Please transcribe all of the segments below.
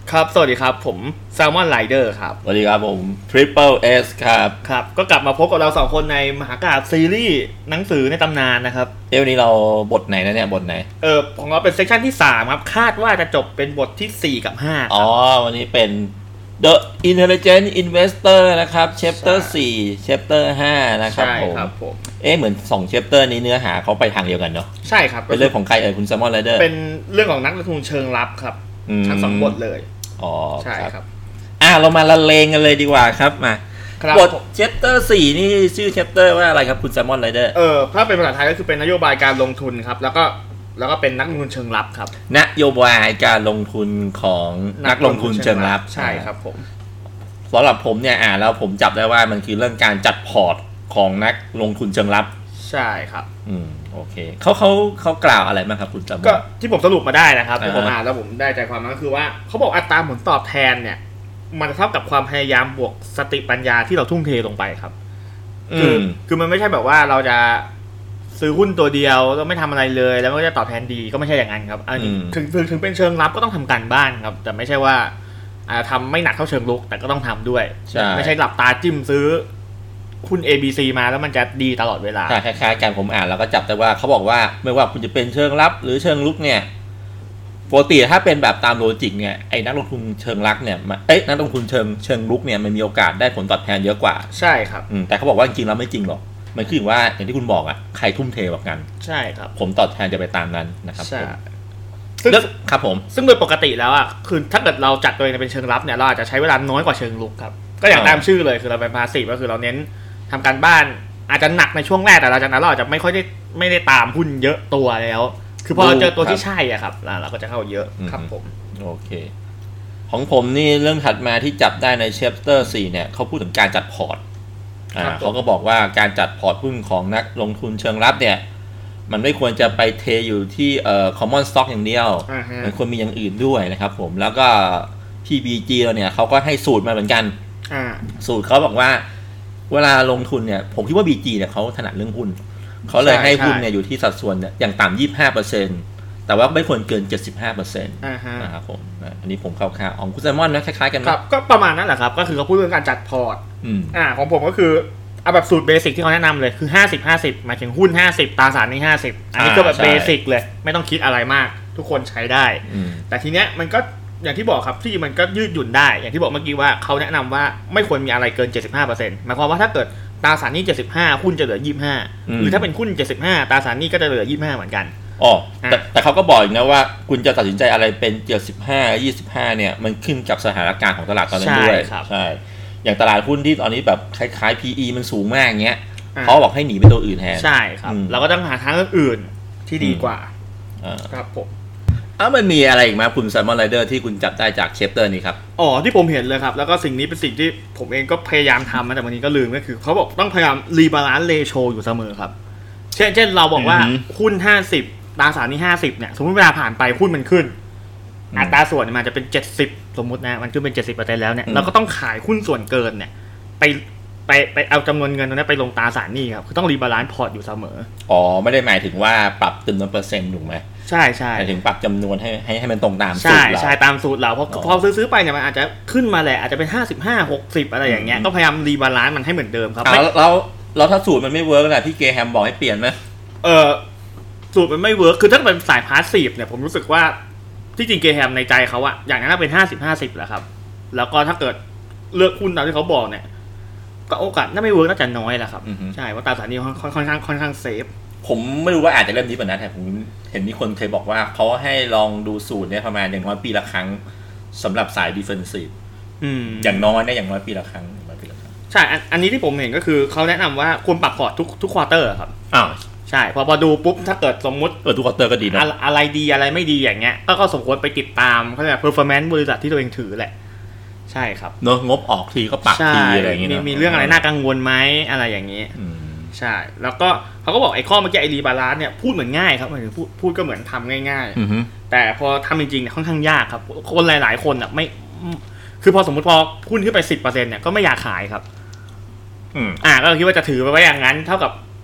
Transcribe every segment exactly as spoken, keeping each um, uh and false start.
ครับสวัสดีครับผม Salmon Rider ครับสวัสดีครับผม Triple S ครับครับก็กลับมาพบกับเราสองคนในมหากาพย์ซีรีส์หนังสือในตำนานนะครับเอ้วันนี้เราบทไหนนะเนี่ยบทไหนเออของเราเป็นเซกชันที่สามครับคาดว่าจะจบเป็นบทที่สี่กับห้าอ๋อวันนี้เป็น The Intelligent Investor นะครับ Chapter สี่ Chapter ห้านะครับผมครับผมเอ๊ะเหมือนสอง Chapter นี้เนื้อหาเขาไปทางเดียวกันเนาะใช่ครับเป็นเรื่องของใครเอ่ยคุณ Salmon Rider เป็นเรื่องของนักลงทุนเชิงลับครับทั้งสองบทเลยอ๋อใช่ครับอ่ะเรามาละเลงกันเลยดีกว่าครับมาบท Chapter สี่นี่ชื่อ Chapter ว่าอะไรครับคุณ Salmon Rider เออถ้าเป็นภาษาไทยก็คือเป็นนโยบายการลงทุนครับแล้วก็แล้วก็เป็นนักลงทุนเชิงลับครับนโยบายการลงทุนของนักลงทุนเชิงลับใช่ครับผมสำหรับผมเนี่ยอ่านแล้วผมจับได้ว่ามันคือเรื่องการจัดพอร์ตของนักลงทุนเชิงลับใช่ครับอืมโอเคเขาเขาเขากล่าวอะไรบ้างครับคุณจำก็ที่ผมสรุปมาได้นะครับที่ผมอ่านแล้วผมได้ใจความมันก็คือว่าเขาบอกอัตราผลตอบแทนเนี่ยมันเท่ากับความพยายามบวกสติปัญญาที่เราทุ่มเทลงไปครับคือคือมันไม่ใช่แบบว่าเราจะซื้อหุ้นตัวเดียวแล้วไม่ทำอะไรเลยแล้วก็จะตอบแทนดีก็ไม่ใช่อย่างนั้นครับอันนี้ถึงถึงถึงเป็นเชิงลับก็ต้องทำการบ้านครับแต่ไม่ใช่ว่าทำไม่หนักเท่าเชิงลุกแต่ก็ต้องทำด้วยไม่ใช่หลับตาจิ้มซื้อหุ้น เอ บี ซี มาแล้วมันจะดีตลอดเวลาคล้ายๆกันผมอ่านแล้วก็จับได้ว่าเขาบอกว่าไม่ว่าคุณจะเป็นเชิงลับหรือเชิงลุกเนี่ยปกติถ้าเป็นแบบตามโลจิกเนี่ยไอ้นักลงทุนเชิงลับเนี่ยเอ๊ะนักลงทุนเชิงเชิงลุกเนี่ยมันมีโอกาสได้ผลตอบแทนเยอะกว่าใช่ครับแต่เขาบอกว่าจริงๆแล้วไม่จริงหรอกมันคือว่าอย่างที่คุณบอกอ่ะใครทุ่มเทกว่ากันใช่ครับผลตอบแทนจะไปตามนั้นนะครับใช่ซึ่งครับผมซึ่งโดยปกติแล้วอ่ะคือถ้าเกิดเราจัดตัวเองเป็นเชิงลับเนี่ยเราอาจจะใช้เวลาน้อยกว่าเชิงลุกครับก็อย่างตามชื่อเลยคือเราเป็นพาสซีฟก็คือเราเน้นทำการบ้านอาจจะหนักในช่วงแรกแต่หลังจากนั้นเราอาจจะไม่ค่อยได้ไม่ได้ตามหุ้นเยอะตัวแล้วคือพอเราเจอตัวที่ใช่อ่ะครับเราก็จะเข้าเยอะครับผมโอเคของผมนี่เรื่องถัดมาที่จับได้ใน Chapter สี่เนี่ยเขาพูดถึงการจัดพอร์ตอ่าเขาก็บอกว่าการจัดพอร์ตหุ้นของนักลงทุนเชิงลับเนี่ยมันไม่ควรจะไปเทอยู่ที่เอ่อ common stock อย่างเดียวมันควรมีอย่างอื่นด้วยนะครับผมแล้วก็ พี บี จี เราเนี่ยเขาก็ให้สูตรมาเหมือนกันสูตรเขาบอกว่าเวลาลงทุนเนี่ยผมคิดว่า บี จี เนี่ยเขาถนัดเรื่องหุ้นเขาเลยให้หุ้นเนี่ยอยู่ที่สัดส่วนอย่างต่ำ ยี่สิบห้าเปอร์เซ็นต์ แต่ว่าไม่ควรเกิน เจ็ดสิบห้าเปอร์เซ็นต์ นะครับผมอันนี้ผมคร่าวๆของคุณไซมอนนะคล้ายๆกันครับก็ประมาณนั้นแหละครับก็คือเขาพูดเรื่องการจัดพอร์ตอ่าของผมก็คือเอาแบบสูตรเบสิกที่เขาแนะนำเลยคือห้าสิบ ห้าสิบหมายถึงหุ้นห้าสิบตราสารหนี้ห้าสิบอันนี้ก็แบบเบสิกเลยไม่ต้องคิดอะไรมากทุกคนใช้ได้แต่ทีเนี้ยมันก็อย่างที่บอกครับที่มันก็ยืดหยุ่นได้อย่างที่บอกเมื่อกี้ว่าเขาแนะนำว่าไม่ควรมีอะไรเกิน เจ็ดสิบห้าเปอร์เซ็นต์ หมายความว่าถ้าเกิดตราสารหนี้เจ็ดสิบห้าหุ้นจะเหลือยี่สิบห้าหรือถ้าเป็นหุ้นเจ็ดสิบห้าตราสารหนี้ก็จะเหลือยี่สิบห้าเหมือนกันอ๋อแต่แต่เขาก็บอกอีกนะว่าคุณจะตัดสินใจอะไรเป็นเจ็ดสิบห้า ยี่สิบห้าเนี่ยมันขึ้นกับสถานการณ์ของตลาดตอนนั้นด้วยใช่อย่างตลาดหุ้นที่ตอนนี้แบบคล้ายๆ พี อี มันสูงมากเงี้ยเขาบอกให้หนีไปตัวอื่นแทนใช่ครับเราก็ต้องหาทางอื่นที่ดีกว่าครับผมอ้าวมันมีอะไรอีกไหมคุณ Salmon Rider ที่คุณจับได้จากเชปเตอร์นี้ครับอ๋อที่ผมเห็นเลยครับแล้วก็สิ่งนี้เป็นสิ่งที่ผมเองก็พยายามทำนะแต่วันนี้ก็ลืมก็คือเขาบอกต้องพยายามรีบาลานซ์เรโชอยู่เสมอครับเช่นเช่นเราบอกว่าหุ้นห้าสิบตราสารหนี้ห้าสิบเนี่ยสมมุติเวลาผ่านไปหุ้นมันขึ้นอัตราส่วนมันจะเป็นเจ็ดสิบสมมุตินะมันขึ้นเป็น เจ็ดสิบเปอร์เซ็นต์ แล้วเนี่ยเราก็ต้องขายหุ้นส่วนเกินเนี่ยไปไปไปเอาจำนวนเงินตรงนี้ไปลงตราสารหนี้ครับคือต้องรีบาลานซ์พอร์ตอยู่เสมออ๋อไม่ได้หมายถึงว่าปรับจำนวนเปอร์เซ็นต์ถูกไหมใช่ใช่หมายถึงปรับจำนวนให้ให้ให้มันตรงตามสูตรเราใช่ใช่ตามสูตรเราเพราะพอซื้อซื้อไปเนี่ยมันอาจจะขึ้นมาแหละอาจจะเป็นห้าสิบห้า หกสิบอะไรอย่างเงี้ยก็พยายามรีบาลานซ์มันให้เหมือนเดิมครับแล้วแล้วแล้วถ้าสูตรมันไม่เวิร์กล่ะพี่เกแฮมบอกให้เปลี่ยนไหมเออสูตรมันไม่เวิร์กคือถ้าเป็นสายพาสซีฟเนี่ยผมรู้สึกว่าที่จริงเกแฮมในใจเขาอะอย่างนั้นเป็นห้าสิบ ห้าสิบแหละครับแล้วก็ถ้าเกิดเลือกหุ้นตามที่เขาบอกเนี่ยก็โอกาสน่าไม่เวิร์กน่าจะน้อยแหละครับใช่ว่าตราสารหนี้ค่อนข้างค่อนข้างเซฟผมไม่รู้ว่าอาจจะเริ่มนี้ป่ะนะแต่ผมเห็นมีคนเคยบอกว่าเขาให้ลองดูสูตรเนี่ยประมาณอย่างน้อยปีละครั้งสำหรับสายดิเฟนซีฟอย่างน้อยเนี่ยอย่างน้อยปีละครั้งใช่อันนี้ที่ผมเห็นก็คือเขาแนะนำว่าควรปรับพอร์ตทุกทุกควอเตอร์ครับอ้าวใช่พอพอดูปุ๊บถ้าเกิดสมมุติเออทุกควอเตอร์ก็ดีนะอะไรดีอะไรไม่ดีอย่างเงี้ยก็ก็สมควรไปติดตามเขาเรียก performance บริษัทที่ตัวเองถือแหละใช่ครับเนอะงบออกทีก็ปรับทีอะไรอย่างเงี้ยมีเรื่องอะไรน่ากังวลไหมอะไรอย่างเงี้ยใช่แล้วก็เขาก็บอกไอ้ข้อเมื่อกี้ไอ้รีบาลานซ์เนี่ยพูดเหมือนง่ายครับหมายถึงพูดพูดก็เหมือนทำง่ายๆแต่พอทำจริงๆเนี่ยค่อนข้างยากครับคนหลายๆคนอ่ะไม่คือพอสมมติพอหุ้นขึ้นไป สิบเปอร์เซ็นต์ เนี่ยก็ไม่อยากขายครับอ่าก็คิดว่าจะถือไปไว้อย่างนั้นเท่ากับ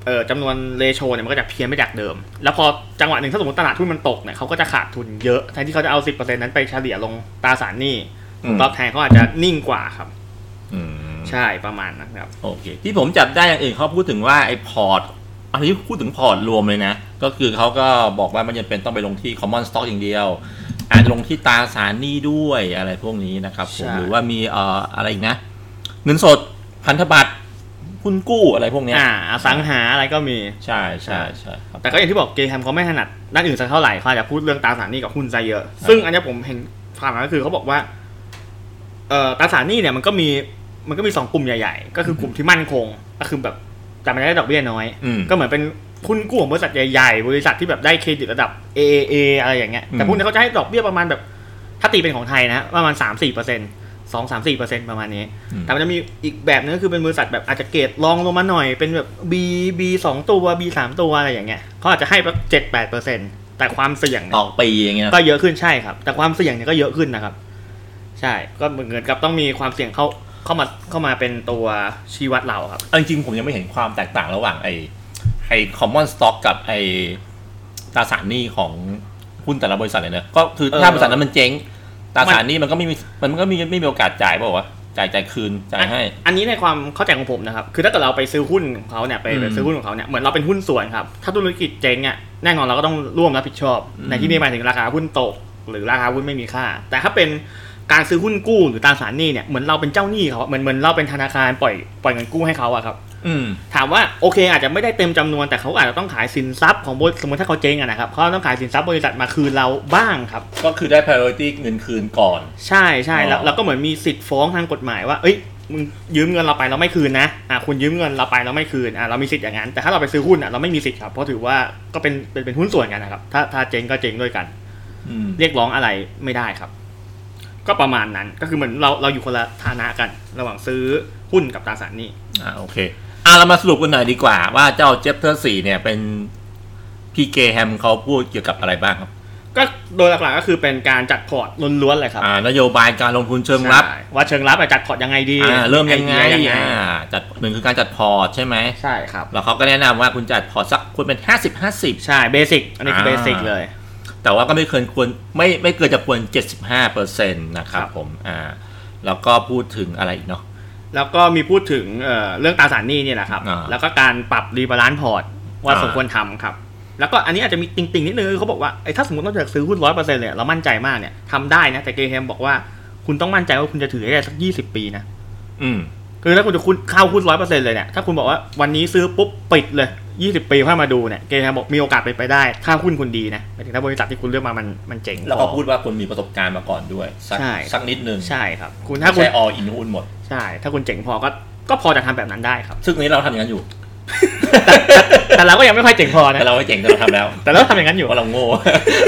เอ่อจำนวนเรโชเนี่ยมันก็จะเพี้ยนไปจากเดิมแล้วพอจังหวะหนึ่งถ้าสมมติตลาดหุ้นมันตกเนี่ยเขาก็จะขาดทุนเยอะแทนที่เขาจะเอา สิบเปอร์เซ็นต์ นั้นไปเฉลี่ยลงตราสารหนี้ตอบแทนเขาอาจจะนิ่งกว่าครับใช่ประมาณนั้นครับโอเคที่ผมจับได้อย่างอื่นเขาพูดถึงว่าไอ้พอร์ตอันนี้พูดถึงพอร์ตรวมเลยนะก็คือเขาก็บอกว่ามันยังเป็นต้องไปลงที่ common stock อย่างเดียวอาจจะลงที่ตราสารหนี้ด้วยอะไรพวกนี้นะครับผมหรือว่ามีเอ่ออะไรอีกนะเงินสดพันธบัตรหุ้นกู้อะไรพวกนี้อ่าอสังหาอะไรก็มีใช่ใช่ใช่แต่ก็อย่างที่บอกเกย์แฮมเขาไม่ถนัดด้านอื่นสักเท่าไหร่เขาจะพูดเรื่องตราสารหนี้กับหุ้นซะเยอะซึ่งอันนี้ผมเห็นความก็คือเขาบอกว่าเอ่อตราสารหนี้เนี่ยมันก็มีมันก็มีสองกลุ่มใหญ่ๆก็คือกลุ่มที่มั่นคงก็คือแบบแต่มันได้ดอกเบี้ยน้อยก็เหมือนเป็นหุ้นกู้ของบริษัทใหญ่ๆบริษัทที่แบบได้เครดิตระดับ เอ เอ เอ อะไรอย่างเงี้ยแต่พวกนี้เขาจะให้ดอกเบี้ยประมาณแบบถ้าตีเป็นของไทยนะประมาณ สามถึงสี่เปอร์เซ็นต์ สอง สาม สี่เปอร์เซ็นต์ ประมาณนี้แต่มันจะมีอีกแบบนึงก็คือเป็นบริษัทแบบอาจจะเกรดรองลงมาหน่อยเป็นแบบ B B สองตัว B สามตัวอะไรอย่างเงี้ยเขาอาจจะให้แบบ เจ็ดถึงแปดเปอร์เซ็นต์ แต่ความเสี่ยงต่อปีอย่างเงี้ยก็เยอะขึ้นใช่ครับแต่ความเสี่ยงเนี่ยก็เยอะขึ้นนะครับใช่ก็เหมือนกับต้องมีความเสี่ยงเข้าเข้ามาเข้ามาเป็นตัวชี้วัดเราครับจริงๆผมยังไม่เห็นความแตกต่างระหว่างไอ้ไอ้ common stock กับไอ้ตราสารหนี้ของหุ้นแต่ละบริษัทเลยนะก็คือถ้าบริษัทนั้นมันเจ๊งตราสารหนี้มันก็ไม่มีมันก็มีไม่มีโอกาสจ่ายเปล่าวะจ่ายจ่ายคืนจ่ายให้อันนี้ในความเข้าใจของผมนะครับคือถ้าเกิดเราไปซื้อหุ้นของเขาเนี่ยไปไปซื้อหุ้นของเขาเนี่ยเหมือนเราเป็นหุ้นส่วนครับถ้าธุรกิจเจ๊งเนี่ยแน่นอนเราก็ต้องร่วมรับผิดชอบในที่นี้หมายถึงราคาหุ้นตกหรือราคาหุ้นไม่มีค่าแต่ถ้าเป็นการซื้อหุ้นกู้หรือตราสารหนี้เนี่ยเหมือนเราเป็นเจ้าหนี้เขาเหมือนเหมือนเราเป็นธนาคารปล่อยปล่อยเงินกู้ให้เขาอะครับถามว่าโอเคอาจจะไม่ได้เต็มจำนวนแต่เขาอาจจะต้องขายสินทรัพย์ของบริษัทสมมติถ้าเขาเจ๊งอะนะครับเขาต้องขายสินทรัพย์บริษัทมาคืนเราบ้างครับก็คือได้ priority เงินคืนก่อนใช่ใช่แล้วเราก็เหมือนมีสิทธิ์ฟ้องทางกฎหมายว่าเอ้ยมึงยืมเงินเราไปเราไม่คืนนะอ่ะคุณยืมเงินเราไปเราไม่คืนอ่ะเรามีสิทธิ์อย่างนั้นแต่ถ้าเราไปซื้อหุ้นอ่ะเราไม่มีสิทธิ์ครับเพราะถือว่าก็เป็นเป็นเป็นหุ้นส่วนกันนะครับถ้าถ้าเจ๊งก็เจ๊งด้วยกันเรียกร้องอะไรไม่ได้ครับก็ประมาณนั้นก็คือเหมือนเราเราอยู่คนละฐานะกันระหว่างซื้อหุ้นกับตราสารหนี้อ่าโอเคอ่ะเรามาสรุปกันหน่อยดีกว่าว่าเจ้าเจฟเตอร์สี่เนี่ยเป็นพี่เกแฮมเขาพูดเกี่ยวกับอะไรบ้างครับก็โดยหลักๆก็คือเป็นการจัดพอร์ตล้วนๆเลยครับอ่านโยบายการลงทุนเชิงรับว่าเชิงรับจัดพอร์ตยังไงดีอ่าเริ่มยังไงอ่าจัดหนึ่งคือการจัดพอร์ตใช่ไหมใช่ครับแล้วเขาก็แนะนำว่าคุณจัดพอร์ตสักควรเป็นห้าสิบ ห้าสิบใช่เบสิกอันนี้คือเบสิกเลยแต่ว่าก็ไม่เกินควรไม่ไม่เกินจะควร เจ็ดสิบห้าเปอร์เซ็นต์ นะครับผมอ่าแล้วก็พูดถึงอะไรอีกเนาะแล้วก็มีพูดถึง เอ่อ เรื่องตราสารหนี้เนี่ยแหละครับแล้วก็การปรับรีบาลานซ์พอร์ตว่าสมควรทำครับแล้วก็อันนี้อาจจะมีติ่งๆนิดนึงเขาบอกว่าไอ้ถ้าสมมติเราจะซื้อหุ้น ร้อยเปอร์เซ็นต์ เลยเรามั่นใจมากเนี่ยทำได้นะแต่เกย์แฮมบอกว่าคุณต้องมั่นใจว่าคุณจะถือได้สักยี่สิบปีนะอืมคือถ้าคุณจะคุณเข้าหุ้น ร้อยเปอร์เซ็นต์ เลยเนี่ยถ้าคุณบอกว่าวันนี้ซื้อปุ๊บปิดเลยยี่สิบปีค่อยมาดูเนี่ยเกย์แฮมบอกมีโอกาสไปไปได้ถ้าหุ้นคุณดีนะหมายถึงถ้าบริษัทที่คุณเลือกมามันมันเจ๋งแล้วก็พูดว่าคุณมีประสบการณ์มาก่อนด้วยสักสักนิดนึงใช่ครับคุณถ้าคุณใช้ all in หุ้นหมดใช่ถ้าคุณเจ๋งพอก็ก็พอจะทำแบบนั้นได้ครับซึ่งนี้เราทำอย่างนั้นอยู่แต่, แต่เราก็ยังไม่ค่อยเจ๋งพอนะแต่เราไม่เจ๋งแต่เราทำแล้วแต่เราทำอย่างนั้นอยู่เพราะเราโง่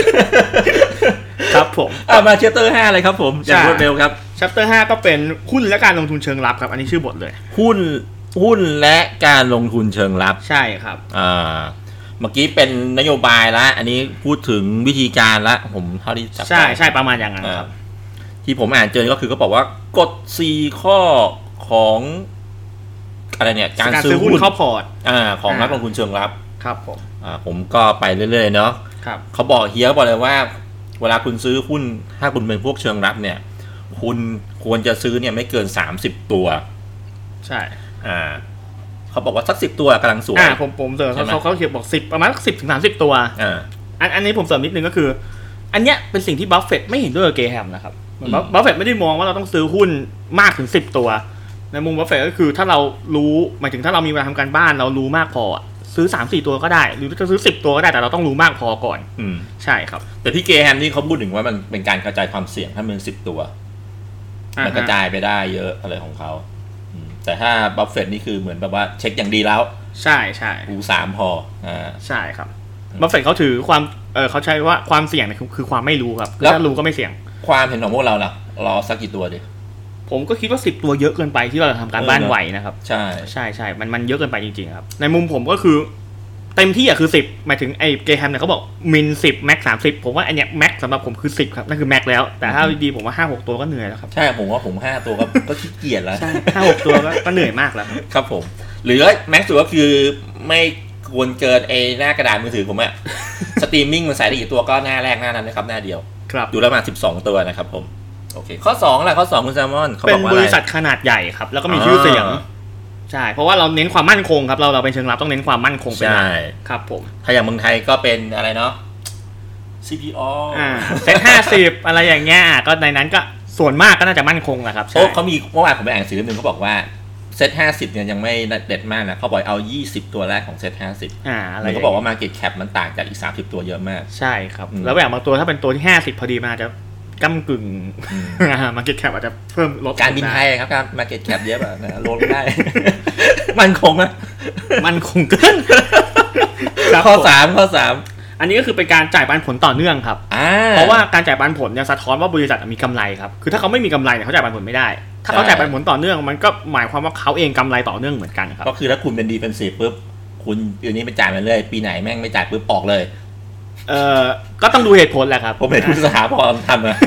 ครับผมมาเชปเตอร์ห้าเลยครับผมอย่างรวดเร็วครับเชปเตอร์ห้าก็เป็นหุ้นและการลงทุนเชิงลับครับอันนี้ชื่อบทเลยหุ้นหุ้นและการลงทุนเชิงลับใช่ครับอ่าเมื่อกี้เป็นนโยบายละอันนี้พูดถึงวิธีการละผมเท่าที่จับใช่ใช่ประมาณอย่างนั้นครับที่ผมอ่านเจอก็คือเขาบอกว่ากฎสี่ข้อของอะไรเนี่ยการซื้อหุ้นเข้าพอร์ตอ่าของนักลงทุนเชิงลับครับผมอ่าผมก็ไปเรื่อยๆเนาะครับเขาบอกเฮียบอกเลยว่าเวลาคุณซื้อหุ้นถ้าคุณเป็นพวกเชิงลับเนี่ยคุณควรจะซื้อเนี่ยไม่เกินสามสิบตัวใช่อ่าเขาบอกว่าสักสิบตัวกำลังสวยอ่าผมผมเสริมเขาเขาเขียนบอกสิบประมาณสิบถึงสามสิบตัวอ่าอันอันนี้ผมเสริมนิดนึงก็คืออันเนี้ยเป็นสิ่งที่บัฟเฟตต์ไม่เห็นด้วยกับเกย์แฮมนะครับบัฟเฟตต์ไม่ได้มองว่าเราต้องซื้อหุ้นมากถึงสิบตัวในมุมบัฟเฟตต์ก็คือถ้าเรารู้หมายถึงถ้าเรามีเวลาทำการบ้านเรารู้มากพอซื้อ สามสี่ ตัวก็ได้หรือจะซื้อสิบตัวก็ได้แต่เราต้องรู้มากพอก่อนอืมใช่ครับแต่พี่เกย์แฮมนี่เขาพูดถึงว่ามันเป็นการกระจายความเสี่ยงถ้ามันสิบตัวมันกระจายไปได้เยอะอะไรของเขาแต่ถ้าบัฟเฟตต์นี่คือเหมือนแบบว่าเช็คอย่างดีแล้วใช่ใช่กูสามพออ่าใช่ครับบัฟเฟตต์เขาถือความเออเขาใช้ว่าความเสี่ยงเนี่ยคือความไม่รู้ครับถ้ารู้ก็ไม่เสี่ยงความเห็นของพวกเราล่ะรอสักกี่ตัวดิผมก็คิดว่าสิบตัวเยอะเกินไปที่เราจะทำการบ้านไหวนะครับใช่ใช่ใช่มันมันเยอะเกินไปจริงๆครับในมุมผมก็คือเต็มที่อ่ะคือสิบหมายถึงไอ้เกย์แฮมเนี่ยเขาบอกมินสิบแม็กสามสิบผมว่าไอ้เนี้ยแม็กสำหรับผมคือสิบครับนั่นคือแม็กแล้วแต่ถ้าดีผมว่าห้าหกตัวก็เหนื่อยแล้วครับใช่ผมว่าผมห้าตัวก็ก็ขี้เกียจแล้วใช่ห้าหกตัวก็ก็เหนื่อยมากแล้วครับผมหรือแม็กสุดก็คือไม่ควรเกินไอ้หน้ากระดาษมือถือผมอะสตรีมมิ่งมันใส่ได้กี่ตัวก็หน้าแรกหน้านั้นนะครับหน้าเดียวครับดูแล้วมาสิบสองตัวนะครับผมโอเคข้อสองล่ะข้อสองคุณแซมมอนเขาบอกว่าเป็นบริษัทขนาดใหญ่ครับแล้วก็มีชื่อเสียงใช่เพราะว่าเราเน้นความมั่นคงครับเราเราเป็นเชิงรับต้องเน้นความมั่นคงเป็นหลักครับผมถ้าอย่างเมืองไทยก็เป็นอะไรเนาะ ซี พี โออ่าเซ็ตห้าสิบอะไรอย่างเงี้ยก็ในนั้นก็ส่วนมากก็น่าจะมั่นคงแหละครับโอ้เขามีเมื่อวานผมไปอ่านหนังสือนึงเขาบอกว่าเซ็ตห้าสิบเนี่ยยังไม่เด็ดมากนะเขาบอกเอายี่สิบตัวแรกของเซ็ตห้าสิบอ่าอะไรเขาบอกว่า market cap มันต่างจากอีกสามสิบตัวเยอะมากใช่ครับแล้วแบบบางตัวถ้าเป็นตัวที่ห้าสิบพอดีมันอาจจะก้ำกึ่งmarket cap อาจจะเพิ่มลดการบินไทยครับการ market cap เยอะแบบนะลดไม่ได้มันคงนะมันคงเกินข้อสามข้อสามอันนี้ก็คือเป็นการจ่ายปันผลต่อเนื่องครับเพราะว่าการจ่ายปันผลเนี่ยสะท้อนว่าบริษัทมีกำไรครับคือถ้าเขาไม่มีกำไรเนี่ยเขาจ่ายปันผลไม่ได้ถ้าเขาจ่ายปันผลต่อเนื่องมันก็หมายความว่าเขาเองกำไรต่อเนื่องเหมือนกันครับก็คือถ้าคุณเป็นดีเป็นซีปุ๊บคุณปีนี้ไปจ่ายมันเลยปีไหนแม่งไม่จ่ายปุ๊บออกเลยเอ่อก็ต้องดูเหตุผลแหละครับผมเห็นทุกสถาบันทำอะ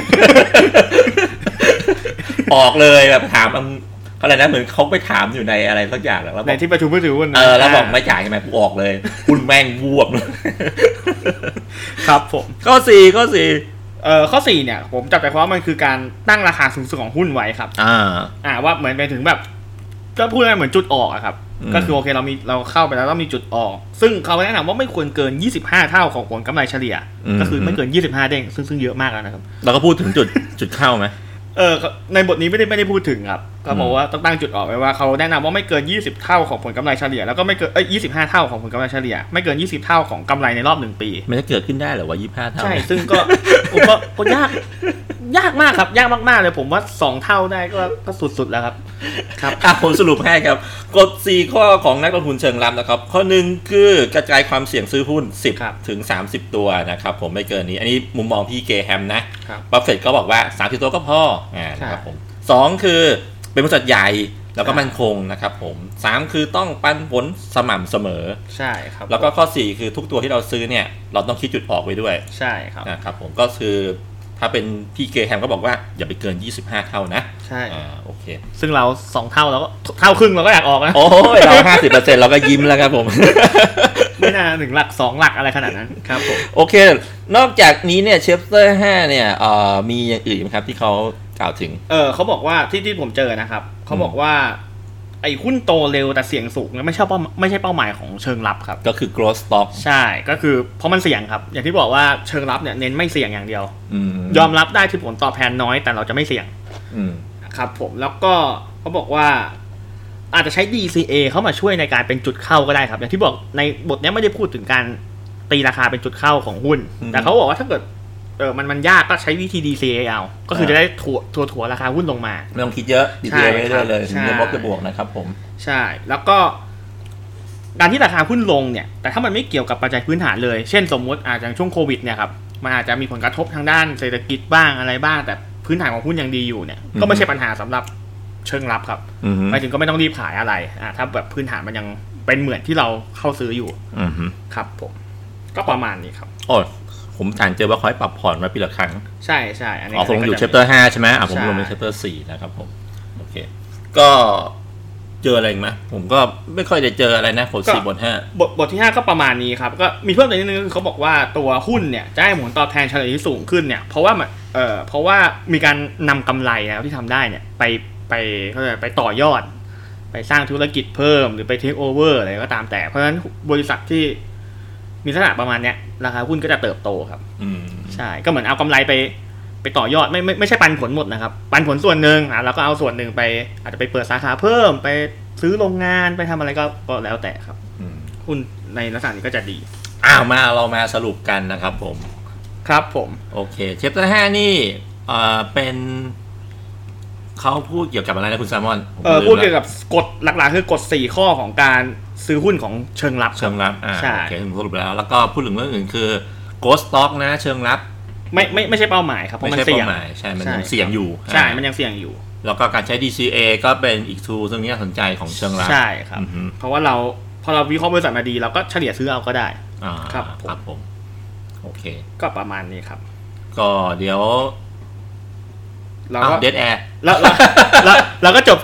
ออกเลยแบบถามอะไรนะเหมือนเขาไปถามอยู่ในอะไรสักอย่างแล้วในที่ประชุมผู้ถือหุ้นเออแล้วบอกไม่จ่ายใช่ไหมกูออกเลยคุณแม่งวูบเลยครับผมข้อสี่ข้อสี่เอ่อข้อสี่เนี่ยผมจับใจความว่ามันคือการตั้งราคาสูงสุดของหุ้นไว้ครับอ่าอ่าว่าเหมือนไปถึงแบบก็พูดง่ายเหมือนจุดออกอะครับก็คือโอเคเรามีเราเข้าไปแล้วต้องมีจุดออกซึ่งเขาแนะนำว่าไม่ควรเกินยี่สิบห้าเท่าของผลกำไรเฉลี่ยก็คือไม่เกินยี่สิบห้าเด้งซึ่งซึ่งเยอะมากแล้วนะครับเราก็พูดถึงจุดจุดเข้าไหมเออในบทนี้ไม่ได้ไม่ได้พูดถึงครับเขาบอกว่าต้องตั้งจุดออกไว้ว่าเขาแนะนำว่าไม่เกินยี่สิบเท่าของผลกำไรเฉลี่ยแล้วก็ไม่เกินเอ้ยยี่สิบห้าเท่าของผลกำไรเฉลี่ยไม่เกินยี่สิบเท่าของกำไรในรอบหนึ่งปีมันจะเกิดขึ้นได้หรือว่ายี่สิบห้าเท่าใช่ซึ่งก็ก็ก็ยากยากมากครับยากมากๆเลยผมว่าสองเท่าได้ก็ก็สุดๆแล้วครับครับอ่ะผมสรุปให้ครับกฎสี่ข้อของนักลงทุนเชิงรับนะครับข้อหนึ่งคือกระจายความเสี่ยงซื้อหุ้นสิบถึงสามสิบตัวนะครับผมไม่เกินนี้อันนี้มุมมองพี่เกแฮมนะบัฟเฟตต์ก็บอกว่าสามสิบตัวก็พออ่านะครับผมสองคือเป็นบริษัทใหญ่แล้วก็มั่นคงนะครับผมสามคือต้องปันผลสม่ำเสมอใช่ครับแล้วก็ข้อสี่คือทุกตัวที่เราซื้อเนี่ยเราต้องคิดจุดออกไว้ด้วยใช่ครับนะครับผมก็คือถ้าเป็นพี่เกแฮมก็บอกว่าอย่าไปเกินยี่สิบห้าเท่านะใช่อ่าโอเคซึ่งเราสองเท่าแล้วก็เท่าครึ่งเราก็อยากออกนะโอ้ยเรา ห้าสิบเปอร์เซ็นต์ เราก็ยิ้มแล้วครับผมไม่น่าถึงหลักสองหลักอะไรขนาดนั้นครับผมโอเคนอกจากนี้เนี่ยเชฟเตอร์ห้าเนี่ยเอ่อมีอย่างอื่นไหมครับที่เขากล่าวถึงเออเขาบอกว่าที่ที่ผมเจอนะครับเขาบอกว่าไอ้หุ้นโตเร็วแต่เสี่ยงสูงเนี่ยไม่ใช่เป้าไม่ใช่เป้าหมายของเชิงรับครับก็คือ growth stock ใช่ก็คือเพราะมันเสี่ยงครับอย่างที่บอกว่าเชิงรับเนี่ยเน้นไม่เสี่ยงอย่างเดียวยอมรับได้ที่ผลตอบแทนน้อยแต่เราจะไม่เสี่ยงครับผมแล้วก็เขาบอกว่าอาจจะใช้ ดี ซี เอ เข้ามาช่วยในการเป็นจุดเข้าก็ได้ครับอย่างที่บอกในบทนี้ไม่ได้พูดถึงการตีราคาเป็นจุดเข้าของหุ้นแต่เขาบอกว่าถ้าเกิดเออมันมันยากก็ใช้วิธี ดี ซี เอ เอาก็คือจะได้ถั่วถั่วถั่วราคาหุ้นลงมาไม่ต้องคิดเยอะ ดี ซี เอ ไม่ได้เลยเงินลบจะบวกนะครับผมใช่แล้วก็การที่ราคาหุ้นลงเนี่ยแต่ถ้ามันไม่เกี่ยวกับปัจจัยพื้นฐานเลยเช่นสมมติอาจจะช่วงโควิดเนี่ยครับมันอาจจะมีผลกระทบทางด้านเศรษฐกิจบ้างอะไรบ้างแต่พื้นฐานของหุ้นยังดีอยู่เนี่ยก็ไม่ใช่ปัญหาสำหรับเชิงรับครับหมายถึงก็ไม่ต้องรีบขายอะไรอ่าถ้าแบบพื้นฐานมันยังเป็นเหมือนที่เราเข้าซื้ออยู่ครับผมก็ประมาณนี้ครับโอ้ผมอ่านเจอว่าเขาให้ปรับพอร์ตมาปีละครั้งใช่ใช่อันนี้อ๋อผมอยู่เชปเตอร์ห้าใช่ไหมอ่ะผมลงในเชปเตอร์สี่นะครับผมโอเคก็เจออะไรไหมผมก็ไม่ค่อยได้เจออะไรนะบทสี่บทห้าบทบทที่ห้าก็ประมาณนี้ครับก็มีเพิ่มเติมนิดนึงคือเขาบอกว่าตัวหุ้นเนี่ยจะให้ผลตอบแทนเฉลี่ยที่สูงขึ้นเนี่ยเพราะว่าเอ่อเพราะว่ามีการนำกำไรนะที่ทำได้เนี่ยไปไปเขาเรียกไปต่อยอดไปสร้างธุรกิจเพิ่มหรือไปเทคโอเวอร์อะไรก็ตามแต่เพราะฉะนั้นบริษัทที่มีลักษณะประมาณเนี้ยราคาหุ้นก็จะเติบโตครับใช่ก็เหมือนเอากำไรไปไปต่อยอดไม่ไม่ไม่ใช่ปันผลหมดนะครับปันผลส่วนหนึ่งอ่ะแล้วก็เอาส่วนหนึ่งไปอาจจะไปเปิดสาขาเพิ่มไปซื้อโรงงานไปทำอะไรก็ก็แล้วแต่ครับหุ้นในลักษณะนี้ก็จะดีอ้าวมาเรามาสรุปกันนะครับผมครับผมโอเคเชปเตอร์ห้านี่เอ่อเป็นเขาพูดเกี่ยวกับอะไรนะคุณแซมมอนเออพูดเกี่ยวกับกฎหลักๆคือกฎสี่ข้อของการซื้อหุ้นของเชิงรับเชิงรับอ่าโอเคผมสรุปแล้วแล้วก็พูดถึงเรื่องอื่นคือ Ghost Stock นะเชิงรับไม่ไม่ไม่ใช่เป้าหมายครับเพราะมันเสี่ยงใช่มันยังเสี่ยงอยู่ใช่มันยังเสี่ยงอยู่แล้วก็การใช้ ดี ซี เอ ก็เป็นอีก tool ซึ่งน่าสนใจของเชิงรับใช่ครับเพราะว่าเราพอเราวิเคราะห์บริษัทมาดีเราก็เฉลี่ยซื้อเอาก็ได้ครับครับผมโอเคก็ประมาณนี้ครับก็เดี๋ยวเราก็เดดแอร์แล้วแล้วเราก็จบ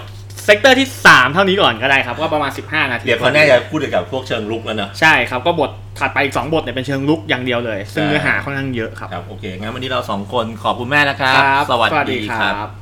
เซกเตอร์ที่สามเท่านี้ก่อนก็ได้ครับก็ประมาณสิบห้านาทีเดี๋ยวเขาแน่จะพูดเกี่ยวกับพวกเชิงลุกแล้วเนอะใช่ครับก็บทถัดไปอีกสองบทเนี่ยเป็นเชิงลุกอย่างเดียวเลยซึ่งเนื้อหาค่อนข้างเยอะครับครับโอเคงั้นวันนี้เราสองคนขอบคุณแม่นะครับสวัสดีครับ